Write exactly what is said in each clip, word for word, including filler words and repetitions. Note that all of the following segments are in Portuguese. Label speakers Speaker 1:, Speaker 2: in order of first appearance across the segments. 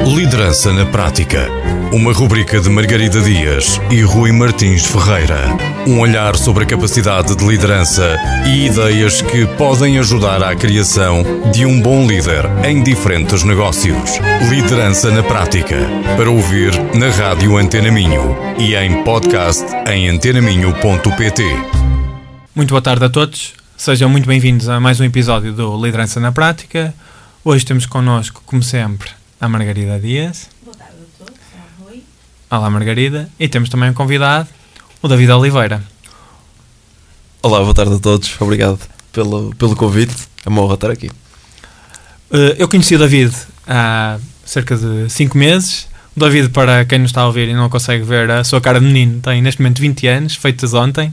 Speaker 1: Liderança na Prática. Uma rubrica de Margarida Dias e Rui Martins Ferreira. Um olhar sobre a capacidade de liderança e ideias que podem ajudar à criação de um bom líder em diferentes negócios. Liderança na Prática. Para ouvir na Rádio Antena Minho e em podcast em antena minho ponto pt.
Speaker 2: Muito boa tarde a todos. Sejam muito bem-vindos a mais um episódio do Liderança na Prática. Hoje temos connosco, como sempre, a Margarida Dias.
Speaker 3: Boa tarde a todos, olá Rui.
Speaker 2: Olá Margarida. E temos também um convidado, o David Oliveira.
Speaker 4: Olá, boa tarde a todos. Obrigado pelo, pelo convite. É uma honra estar aqui.
Speaker 2: Uh, eu conheci o David há cerca de cinco meses. O David, para quem nos está a ouvir e não consegue ver a sua cara de menino, tem neste momento vinte anos, feitos ontem.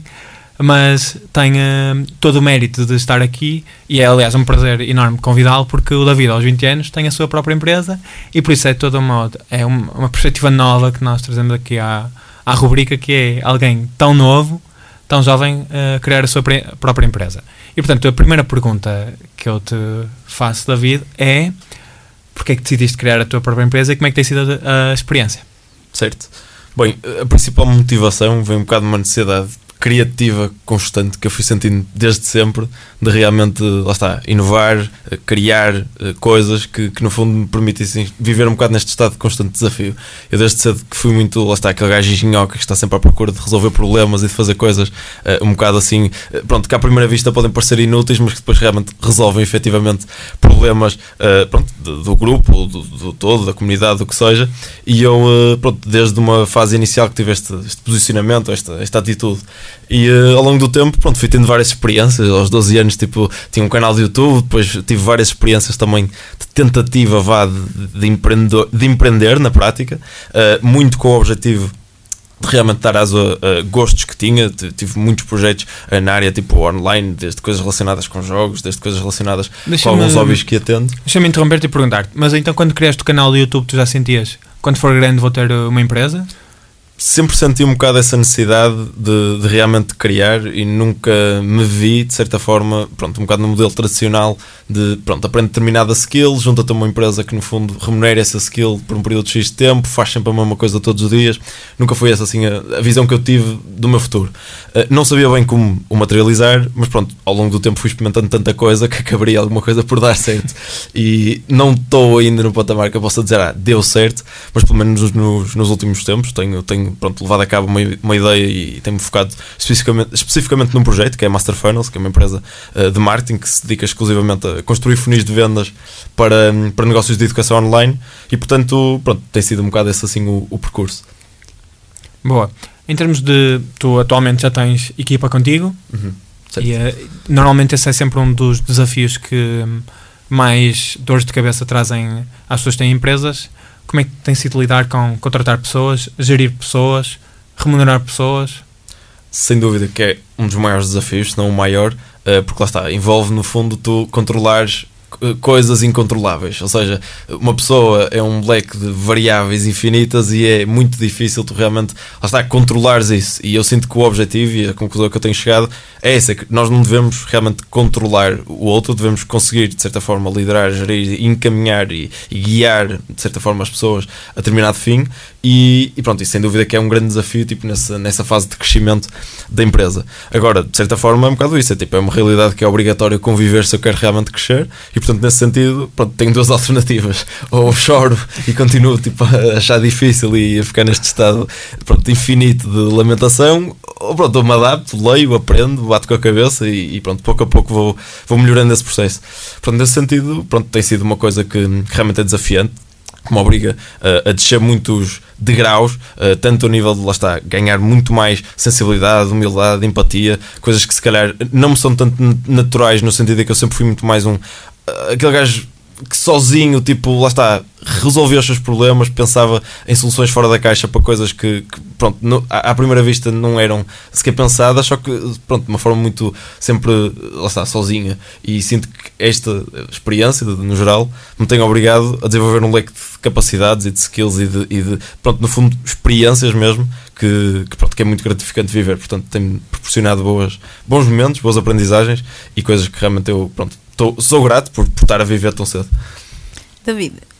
Speaker 2: Mas tem uh, todo o mérito de estar aqui e é, aliás, um prazer enorme convidá-lo, porque o David, aos vinte anos, tem a sua própria empresa e por isso é toda uma, é uma, uma perspectiva nova que nós trazemos aqui à, à rubrica, que é alguém tão novo, tão jovem, uh, criar a sua pre- própria empresa. E, portanto, a primeira pergunta que eu te faço, David, é: porque é que decidiste criar a tua própria empresa e como é que tem sido a, a experiência?
Speaker 4: Certo. Bem, a principal motivação vem um bocado de uma necessidade criativa constante que eu fui sentindo desde sempre, de realmente, lá está, inovar, criar coisas que, que no fundo me permitissem viver um bocado neste estado de constante desafio. Eu desde cedo que fui muito, lá está, aquele gajo engenhoca que está sempre à procura de resolver problemas e de fazer coisas uh, um bocado assim, uh, pronto, que à primeira vista podem parecer inúteis, mas que depois realmente resolvem efetivamente problemas uh, pronto, do, do grupo, do, do todo, da comunidade, do que seja. E eu, uh, pronto, desde uma fase inicial que tive este, este posicionamento, esta, esta atitude. E uh, ao longo do tempo, pronto, fui tendo várias experiências. Aos doze anos, tipo, tinha um canal de YouTube, depois tive várias experiências também de tentativa, vá, de, de, empreendedor, de empreender na prática, uh, muito com o objetivo de realmente dar aso a, a gostos que tinha. Tive muitos projetos uh, na área tipo online, desde coisas relacionadas com jogos, desde coisas relacionadas
Speaker 2: Deixa-me,
Speaker 4: com alguns hobbies que atendo.
Speaker 2: Deixa-me interromper-te e perguntar-te, mas então quando criaste o canal do YouTube, tu já sentias, quando for grande vou ter uma empresa?
Speaker 4: Sempre senti um bocado essa necessidade de, de realmente criar e nunca me vi, de certa forma, pronto, um bocado no modelo tradicional de, pronto, aprende determinada skill, junta-te a uma empresa que no fundo remunera essa skill por um período de X de tempo, faz sempre a mesma coisa todos os dias. Nunca foi essa assim a, a visão que eu tive do meu futuro. Uh, não sabia bem como o materializar, mas pronto, ao longo do tempo fui experimentando tanta coisa que acabaria alguma coisa por dar certo. E não estou ainda no patamar que eu possa dizer, ah, deu certo, mas pelo menos nos, nos últimos tempos tenho, tenho pronto, levado a cabo uma, uma ideia e tenho-me focado especificamente, especificamente num projeto que é a Master Funnels, que é uma empresa uh, de marketing que se dedica exclusivamente a construir funis de vendas para, para negócios de educação online e portanto, pronto, tem sido um bocado esse assim o, o percurso.
Speaker 2: Boa. Em termos de, tu atualmente já tens equipa contigo,
Speaker 4: Uhum.
Speaker 2: e uh, normalmente esse é sempre um dos desafios que mais dores de cabeça trazem às pessoas que têm empresas. Como é que tem sido lidar com contratar pessoas, gerir pessoas, remunerar pessoas?
Speaker 4: Sem dúvida que é um dos maiores desafios, se não o maior, porque lá está, envolve no fundo tu controlares coisas incontroláveis, ou seja, uma pessoa é um leque de variáveis infinitas e é muito difícil tu realmente, lá está, controlares isso. E eu sinto que o objetivo e a conclusão que eu tenho chegado é essa, que nós não devemos realmente controlar o outro, devemos conseguir de certa forma liderar, gerir, encaminhar e, e guiar de certa forma as pessoas a determinado fim. E, e pronto, isso sem dúvida que é um grande desafio tipo, nessa, nessa fase de crescimento da empresa. Agora, de certa forma é um bocado isso, é, tipo, é uma realidade que é obrigatório conviver se eu quero realmente crescer. E portanto, nesse sentido, pronto, tenho duas alternativas: ou choro e continuo tipo, a achar difícil e a ficar neste estado, pronto, infinito de lamentação, ou pronto, eu me adapto, leio, aprendo, bato com a cabeça e, e pronto, pouco a pouco vou, vou melhorando esse processo. Portanto, nesse sentido, pronto, tem sido uma coisa que, que realmente é desafiante, que me obriga uh, a descer muitos degraus, uh, tanto ao nível de, lá está, ganhar muito mais sensibilidade, humildade, empatia, coisas que se calhar não me são tanto naturais, no sentido de que eu sempre fui muito mais um uh, aquele gajo que sozinho, tipo, lá está, resolvia os seus problemas, pensava em soluções fora da caixa para coisas que, que pronto, no, à, à primeira vista não eram sequer pensadas, só que, pronto, de uma forma muito, sempre, lá está, sozinha. E sinto que esta experiência, de, no geral, me tem obrigado a desenvolver um leque de capacidades e de skills e de, e de pronto, no fundo, experiências mesmo, que, que, pronto, que é muito gratificante viver. Portanto, tem-me proporcionado boas, bons momentos, boas aprendizagens e coisas que realmente eu, pronto, tô, sou grato por, por estar a viver tão cedo.
Speaker 3: David,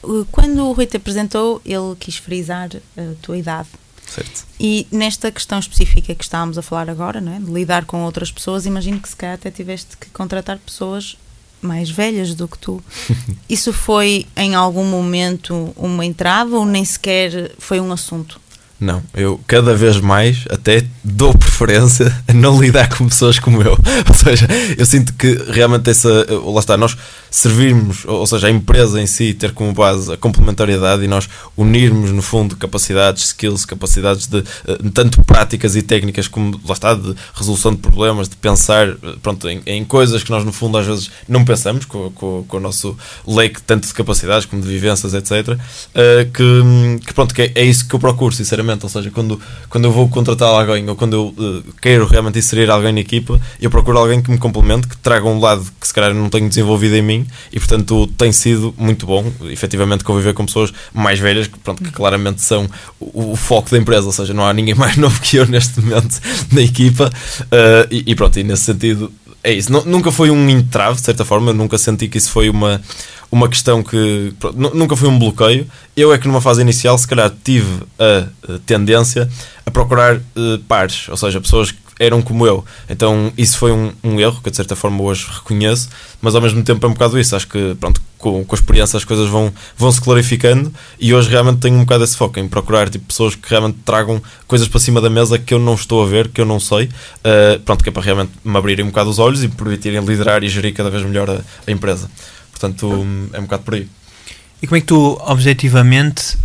Speaker 3: Quando o Rui te apresentou, ele quis frisar a tua idade.
Speaker 4: Certo.
Speaker 3: E nesta questão específica que estávamos a falar agora, não é? De lidar com outras pessoas, imagino que se calhar até tiveste que contratar pessoas mais velhas do que tu. Isso foi em algum momento uma entrave ou nem sequer foi um assunto?
Speaker 4: Não, eu cada vez mais até dou preferência a não lidar com pessoas como eu. Ou seja, eu sinto que realmente essa, lá está, nós servirmos, ou seja, a empresa em si ter como base a complementariedade e nós unirmos no fundo capacidades, skills, capacidades de tanto práticas e técnicas como, lá está, de resolução de problemas, de pensar, pronto, em, em coisas que nós no fundo às vezes não pensamos com, com, com o nosso leque tanto de capacidades como de vivências, etcétera. Uh, que, que pronto, que é, é isso que eu procuro, sinceramente. Ou seja, quando, quando eu vou contratar alguém ou quando eu uh, quero realmente inserir alguém na equipa, eu procuro alguém que me complemente, que traga um lado que se calhar não tenho desenvolvido em mim e portanto tem sido muito bom, efetivamente, conviver com pessoas mais velhas que, pronto, que claramente são o, o foco da empresa, ou seja, não há ninguém mais novo que eu neste momento na equipa uh, e, e pronto, e nesse sentido é isso. N- nunca foi um entrave, de certa forma, eu nunca senti que isso foi uma uma questão que pronto, nunca foi um bloqueio. Eu é que numa fase inicial se calhar tive a, a tendência a procurar uh, pares, ou seja, pessoas que eram como eu, então isso foi um, um erro que eu de certa forma hoje reconheço, mas ao mesmo tempo é um bocado isso, acho que pronto, com, com a experiência as coisas vão, vão se clarificando e hoje realmente tenho um bocado esse foco em procurar tipo, pessoas que realmente tragam coisas para cima da mesa que eu não estou a ver, que eu não sei, uh, pronto, que é para realmente me abrirem um bocado os olhos e me permitirem liderar e gerir cada vez melhor a, a empresa. Portanto, é um bocado por aí.
Speaker 2: E como é que tu, objetivamente,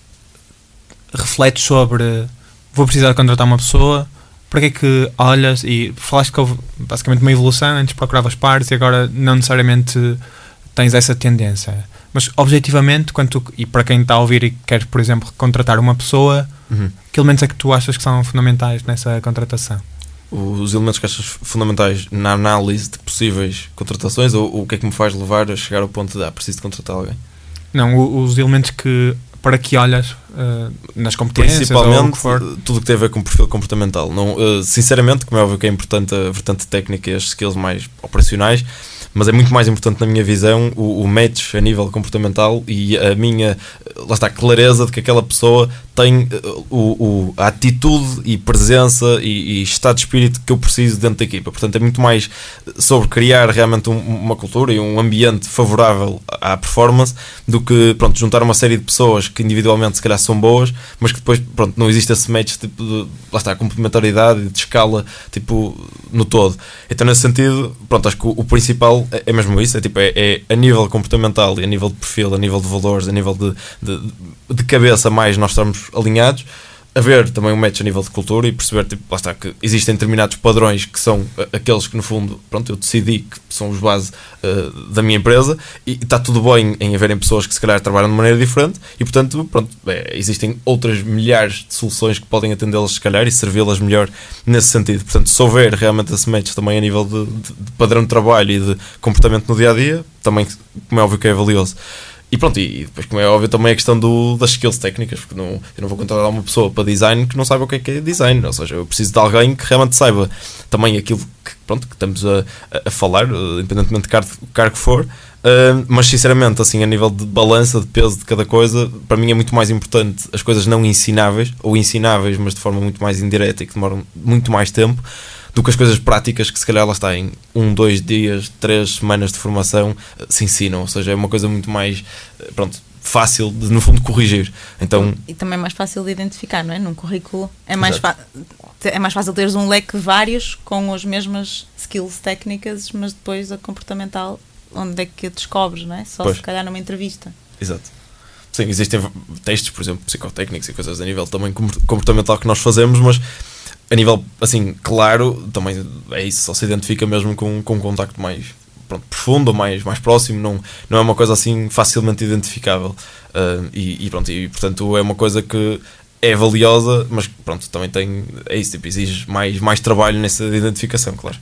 Speaker 2: refletes sobre vou precisar de contratar uma pessoa, para que é que olhas e falaste que houve basicamente uma evolução, antes procuravas pares e agora não necessariamente tens essa tendência. Mas, objetivamente, quando tu, e para quem está a ouvir e quer, por exemplo, contratar uma pessoa, uhum. que elementos é que tu achas que são fundamentais nessa contratação?
Speaker 4: Os elementos que achas fundamentais na análise de possíveis contratações ou o que é que me faz levar a chegar ao ponto de ah, preciso de contratar alguém?
Speaker 2: Não, os elementos que para que olhas uh, nas competências
Speaker 4: principalmente
Speaker 2: ou o que for.
Speaker 4: Tudo o que tem a ver com o perfil comportamental. Não, uh, sinceramente, como é óbvio que é importante a vertente técnica e as skills mais operacionais, mas é muito mais importante na minha visão o, o match a nível comportamental e a minha, lá está, clareza de que aquela pessoa tem uh, o, o, a atitude e presença e, e estado de espírito que eu preciso dentro da equipa. Portanto, é muito mais sobre criar realmente um, uma cultura e um ambiente favorável à performance do que, pronto, juntar uma série de pessoas que individualmente se calhar são boas, mas que depois, pronto, não existe esse match tipo de, lá está, complementaridade e de escala, tipo, no todo. Então, nesse sentido, pronto, acho que o, o principal é mesmo isso, é, tipo, é, é a nível comportamental e a nível de perfil, a nível de valores, a nível de, de, de cabeça mais nós estamos alinhados, haver também um match a nível de cultura e perceber, tipo, lá está, que existem determinados padrões que são aqueles que no fundo, pronto, eu decidi que são os base uh, da minha empresa e está tudo bem em haverem pessoas que se calhar trabalham de maneira diferente e portanto, pronto, é, existem outras milhares de soluções que podem atendê-las se calhar e servi-las melhor nesse sentido. Portanto, se houver realmente esse match também a nível de, de, de padrão de trabalho e de comportamento no dia-a-dia, também, como é óbvio que é valioso. E pronto, e depois, como é óbvio, também a questão do, das skills técnicas, porque não, eu não vou contratar uma pessoa para design que não saiba o que é que é design, ou seja, eu preciso de alguém que realmente saiba também aquilo que, pronto, que estamos a, a falar, independentemente de cargo, cargo que for, uh, mas sinceramente, assim, a nível de balança, de peso de cada coisa, para mim é muito mais importante as coisas não ensináveis, ou ensináveis, mas de forma muito mais indireta e que demoram muito mais tempo, do que as coisas práticas que se calhar lá está em um, dois dias, três semanas de formação se ensinam, ou seja, é uma coisa muito mais, pronto, fácil de no fundo corrigir. Então,
Speaker 3: e também é mais fácil de identificar, não é? Num currículo é mais, fa- é mais fácil teres um leque vários com as mesmas skills técnicas, mas depois a comportamental, onde é que descobres, não é? Só
Speaker 4: pois.
Speaker 3: Se calhar numa entrevista.
Speaker 4: Exato. Sim, existem testes, por exemplo, psicotécnicos e coisas a nível também comportamental que nós fazemos, mas a nível, assim, claro, também é isso, só se identifica mesmo com, com um contacto mais, pronto, profundo, mais, mais próximo, não, não é uma coisa assim facilmente identificável. Uh, e, e pronto, e portanto é uma coisa que é valiosa, mas pronto, também tem, é isso, tipo, exige mais, mais trabalho nessa identificação, claro.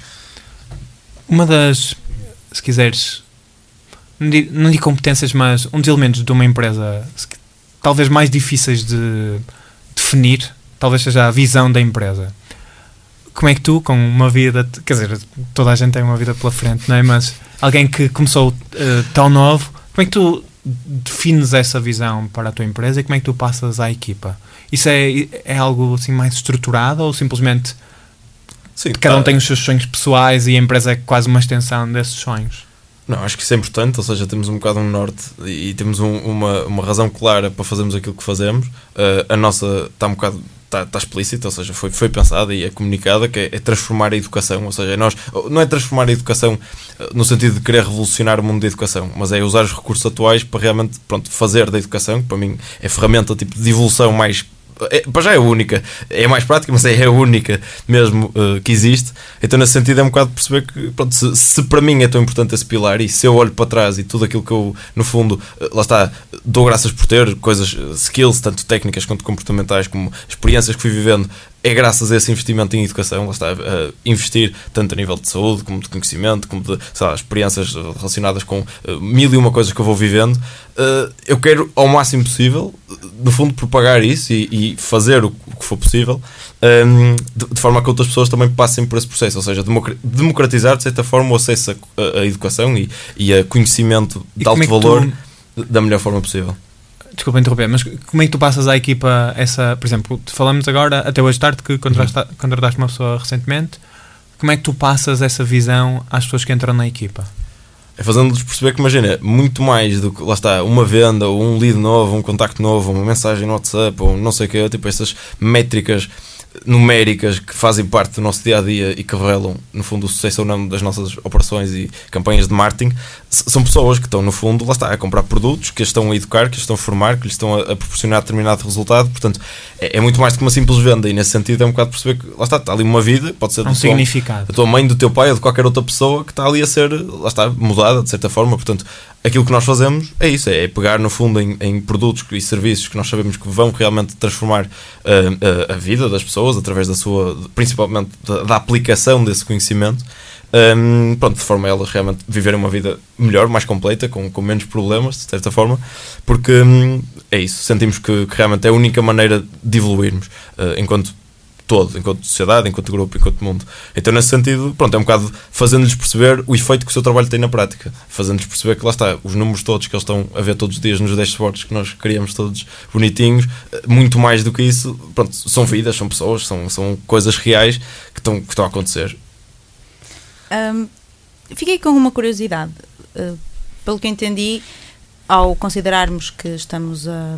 Speaker 2: Uma das, se quiseres, não digo, não digo competências, mas um dos elementos de uma empresa talvez mais difíceis de definir, talvez seja a visão da empresa. Como é que tu, com uma vida, quer dizer, toda a gente tem uma vida pela frente, não é? Mas alguém que começou uh, tão novo, como é que tu defines essa visão para a tua empresa e como é que tu passas à equipa? Isso é, é algo assim mais estruturado ou simplesmente
Speaker 4: Sim,
Speaker 2: cada
Speaker 4: tá.
Speaker 2: um tem os seus sonhos pessoais e a empresa é quase uma extensão desses sonhos?
Speaker 4: Não, acho que isso é importante, ou seja, temos um bocado um norte e, e temos um, uma, uma razão clara para fazermos aquilo que fazemos. Uh, a nossa está um bocado está, está explícita, ou seja, foi, foi pensada e é comunicada, que é, é transformar a educação, ou seja, nós, não é transformar a educação no sentido de querer revolucionar o mundo da educação, mas é usar os recursos atuais para realmente, pronto, fazer da educação, que para mim é a ferramenta tipo de evolução mais... É, para já é a única, é a mais prática, mas é a única mesmo uh, que existe. Então nesse sentido é um bocado perceber que pronto, se, se para mim é tão importante esse pilar e se eu olho para trás e tudo aquilo que eu no fundo, uh, lá está, dou graças por ter coisas, uh, skills, tanto técnicas quanto comportamentais, como experiências que fui vivendo, é graças a esse investimento em educação, lá está, uh, investir tanto a nível de saúde, como de conhecimento, como de, sei lá, experiências relacionadas com uh, mil e uma coisas que eu vou vivendo. Uh, eu quero ao máximo possível, no fundo, propagar isso e, e fazer o, o que for possível, um, de, de forma a que outras pessoas também passem por esse processo, ou seja, democratizar de certa forma o acesso a, a educação e, e a conhecimento de alto valor tu... da melhor forma possível.
Speaker 2: Desculpa interromper, mas como é que tu passas à equipa essa, por exemplo, falamos agora, até hoje tarde, que contrataste, contrataste uma pessoa recentemente, como é que tu passas essa visão às pessoas que entram na equipa?
Speaker 4: É fazendo-lhes perceber que, imagina, muito mais do que, lá está, uma venda, ou um lead novo, um contacto novo, uma mensagem no WhatsApp, ou não sei o que, tipo essas métricas numéricas que fazem parte do nosso dia-a-dia e que revelam, no fundo, o sucesso ou não das nossas operações e campanhas de marketing, são pessoas que estão, no fundo, lá está, a comprar produtos, que as estão a educar, que as estão a formar, que lhes estão a, a proporcionar determinado resultado. Portanto, é, é muito mais do que uma simples venda e, nesse sentido, é um bocado perceber que, lá está, está ali uma vida, pode ser
Speaker 2: um significado.
Speaker 4: Da tua mãe, do teu pai ou de qualquer outra pessoa que está ali a ser, lá está, mudada, de certa forma. Portanto, aquilo que nós fazemos é isso, é pegar no fundo em, em produtos e serviços que nós sabemos que vão realmente transformar uh, a, a vida das pessoas através da sua, principalmente da, da aplicação desse conhecimento, um, pronto, de forma a elas realmente viverem uma vida melhor, mais completa, com, com menos problemas, de certa forma, porque um, é isso, sentimos que, que realmente é a única maneira de evoluirmos uh, enquanto todo, enquanto sociedade, enquanto grupo, enquanto mundo. Então, nesse sentido, pronto, é um bocado fazendo-lhes perceber o efeito que o seu trabalho tem na prática, fazendo-lhes perceber que lá está, os números todos que eles estão a ver todos os dias nos dashboards que nós criamos todos bonitinhos, muito mais do que isso, pronto, são vidas, são pessoas, são, são coisas reais que estão, que estão a acontecer.
Speaker 3: Um, fiquei com uma curiosidade. Uh, pelo que entendi, ao considerarmos que estamos a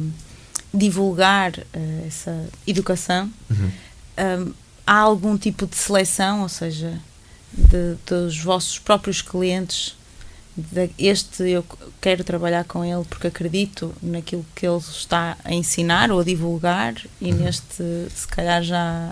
Speaker 3: divulgar uh, essa educação, uhum. Um, há algum tipo de seleção, ou seja, de, dos vossos próprios clientes, de, este eu quero trabalhar com ele porque acredito naquilo que ele está a ensinar ou a divulgar, e uhum. neste se calhar já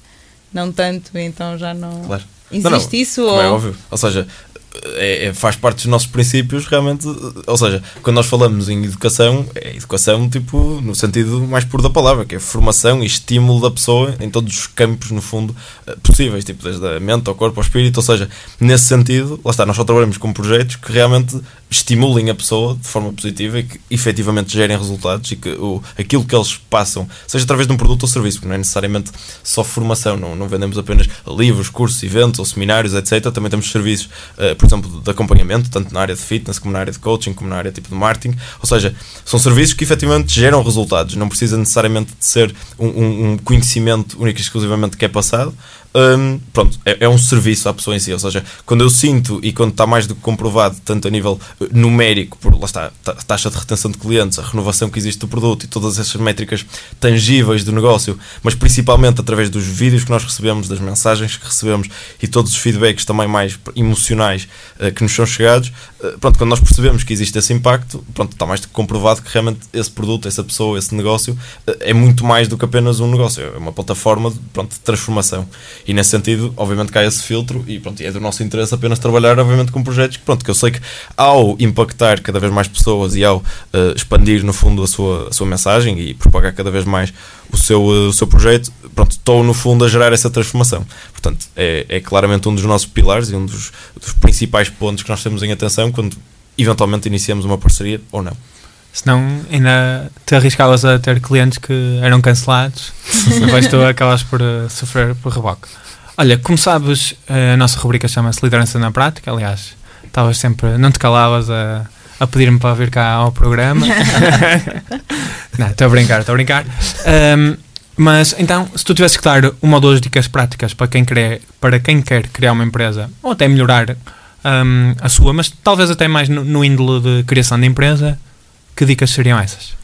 Speaker 3: não tanto, então já não,
Speaker 4: claro.
Speaker 3: Existe
Speaker 4: não, não,
Speaker 3: isso?
Speaker 4: Como
Speaker 3: ou...
Speaker 4: é óbvio, ou seja, É, é, faz parte dos nossos princípios realmente, ou seja, quando nós falamos em educação, é educação tipo no sentido mais puro da palavra, que é formação e estímulo da pessoa em todos os campos, no fundo, possíveis, tipo desde a mente ao corpo ao espírito, ou seja, nesse sentido, lá está, nós só trabalhamos com projetos que realmente estimulem a pessoa de forma positiva e que efetivamente gerem resultados e que o, aquilo que eles passam, seja através de um produto ou serviço, porque não é necessariamente só formação, não, não vendemos apenas livros, cursos, eventos ou seminários, etcétera. Também temos serviços, uh, por exemplo, de acompanhamento, tanto na área de fitness, como na área de coaching, como na área tipo de marketing, ou seja, são serviços que efetivamente geram resultados, não precisa necessariamente de ser um, um, um conhecimento único e exclusivamente que é passado. Um, pronto, é, é um serviço à pessoa em si, ou seja, quando eu sinto e quando está mais do que comprovado, tanto a nível numérico, por lá está, a taxa de retenção de clientes, a renovação que existe do produto e todas essas métricas tangíveis do negócio, mas principalmente através dos vídeos que nós recebemos, das mensagens que recebemos e todos os feedbacks também mais emocionais uh, que nos são chegados, uh, pronto, quando nós percebemos que existe esse impacto, pronto, está mais do que comprovado que realmente esse produto, essa pessoa, esse negócio uh, é muito mais do que apenas um negócio, é uma plataforma de, pronto, de transformação. E nesse sentido, obviamente, cai esse filtro e pronto, é do nosso interesse apenas trabalhar, obviamente, com projetos que, pronto, que eu sei que ao impactar cada vez mais pessoas e ao uh, expandir, no fundo, a sua, a sua mensagem e propagar cada vez mais o seu, uh, o seu projeto, pronto, estou, no fundo, a gerar essa transformação. Portanto, é, é claramente um dos nossos pilares e um dos, dos principais pontos que nós temos em atenção quando, eventualmente, iniciamos uma parceria ou não.
Speaker 2: Senão ainda te arriscavas a ter clientes que eram cancelados, depois tu acabas por uh, sofrer por reboque. Olha, como sabes, a nossa rubrica chama-se Liderança na Prática. Aliás, estavas sempre, não te calavas a, a pedir-me para vir cá ao programa. Não, estou a brincar, estou a brincar. Um, mas então, se tu tivesse que dar uma ou duas dicas práticas para quem quer, para quem quer criar uma empresa, ou até melhorar um, a sua, mas talvez até mais no, no índole de criação de empresa, que dicas seriam essas?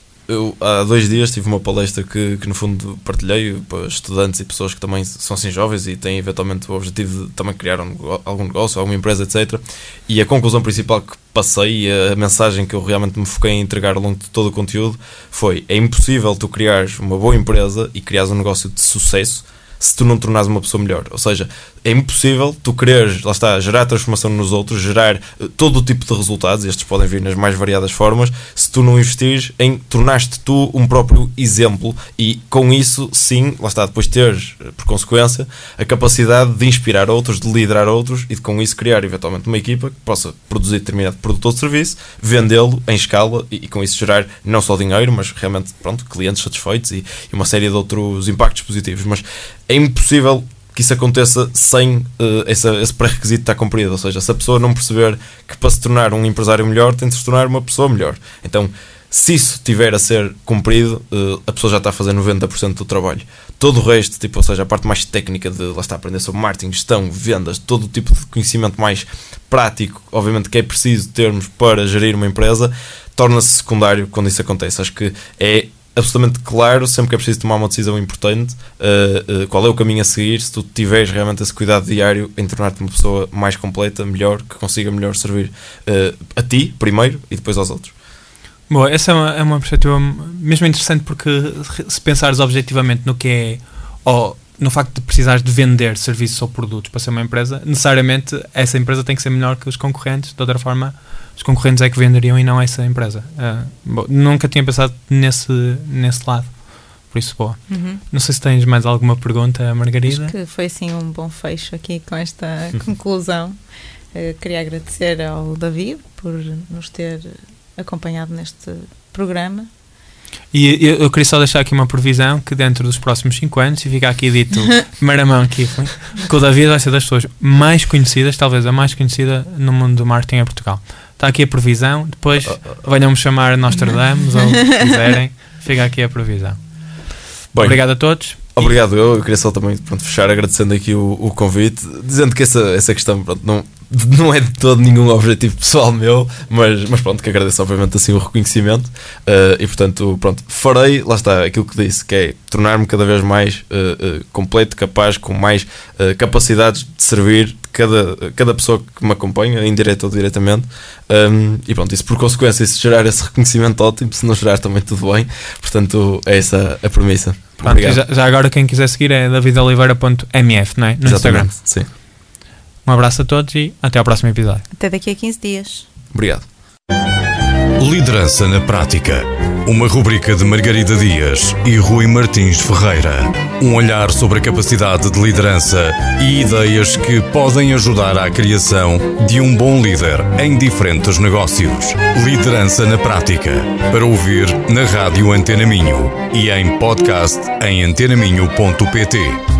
Speaker 4: Eu há dois dias tive uma palestra que, que no fundo partilhei para estudantes e pessoas que também são assim jovens e têm eventualmente o objetivo de também criar um, algum negócio, alguma empresa, etcétera. E a conclusão principal que passei, a mensagem que eu realmente me foquei em entregar ao longo de todo o conteúdo foi: é impossível tu criares uma boa empresa e criares um negócio de sucesso se tu não tornares uma pessoa melhor. Ou seja, é impossível tu quereres, lá está, gerar transformação nos outros, gerar uh, todo o tipo de resultados, estes podem vir nas mais variadas formas, se tu não investires em tornar-te tu um próprio exemplo e com isso, sim, lá está, depois teres, por consequência, a capacidade de inspirar outros, de liderar outros e de com isso criar eventualmente uma equipa que possa produzir determinado produto ou serviço, vendê-lo em escala e, e com isso gerar não só dinheiro, mas realmente, pronto, clientes satisfeitos e, e uma série de outros impactos positivos. Mas é impossível que isso aconteça sem uh, esse, esse pré-requisito estar cumprido. Ou seja, se a pessoa não perceber que para se tornar um empresário melhor tem de se tornar uma pessoa melhor. Então, se isso tiver a ser cumprido, uh, a pessoa já está a fazer noventa por cento do trabalho. Todo o resto, tipo, ou seja, a parte mais técnica de, lá está, aprender sobre marketing, gestão, vendas, todo o tipo de conhecimento mais prático, obviamente que é preciso termos para gerir uma empresa, torna-se secundário quando isso acontece. Acho que é absolutamente claro, sempre que é preciso tomar uma decisão importante, uh, uh, qual é o caminho a seguir, se tu tiveres realmente esse cuidado diário em tornar-te uma pessoa mais completa, melhor, que consiga melhor servir uh, a ti, primeiro, e depois aos outros.
Speaker 2: Boa, essa é uma, é uma perspectiva mesmo interessante, porque se pensares objetivamente no que é, ou no facto de precisares de vender serviços ou produtos para ser uma empresa, necessariamente essa empresa tem que ser melhor que os concorrentes, de outra forma os concorrentes é que venderiam e não essa empresa. Uh, bom, nunca tinha pensado nesse, nesse lado, por isso, boa. Uhum. Não sei se tens mais alguma pergunta, Margarida?
Speaker 3: Acho que foi assim um bom fecho aqui com esta conclusão. Uh, queria agradecer ao David por nos ter acompanhado neste programa.
Speaker 2: E eu, eu queria só deixar aqui uma previsão que dentro dos próximos cinco anos, e fica aqui dito maramão aqui, que o David vai ser das pessoas mais conhecidas, talvez a mais conhecida no mundo do marketing em Portugal. Está aqui a previsão, depois venham-me chamar Nostradamus ou o que quiserem, fica aqui a previsão. Bem, obrigado a todos.
Speaker 4: Obrigado, eu, eu queria só também, pronto, fechar agradecendo aqui o, o convite, dizendo que essa, essa questão, pronto, não, não é de todo nenhum objetivo pessoal meu, mas, mas pronto, que agradeço obviamente assim o reconhecimento, uh, e portanto, pronto, farei, lá está, aquilo que disse, que é tornar-me cada vez mais uh, uh, completo, capaz, com mais uh, capacidades de servir cada, cada pessoa que me acompanha, indireto ou diretamente, um, e pronto, isso por consequência, se gerar esse reconhecimento ótimo, se não gerar também tudo bem, portanto é essa a premissa.
Speaker 2: Pronto, já, já agora quem quiser seguir é david oliveira ponto m f, não é? No
Speaker 4: Exatamente,
Speaker 2: Instagram.
Speaker 4: Sim.
Speaker 2: Um abraço a todos e até ao próximo episódio.
Speaker 3: Até daqui a quinze dias.
Speaker 4: Obrigado.
Speaker 1: Liderança na Prática. Uma rubrica de Margarida Dias e Rui Martins Ferreira. Um olhar sobre a capacidade de liderança e ideias que podem ajudar à criação de um bom líder em diferentes negócios. Liderança na Prática. Para ouvir na Rádio Antena Minho e em podcast em antena minho ponto pt.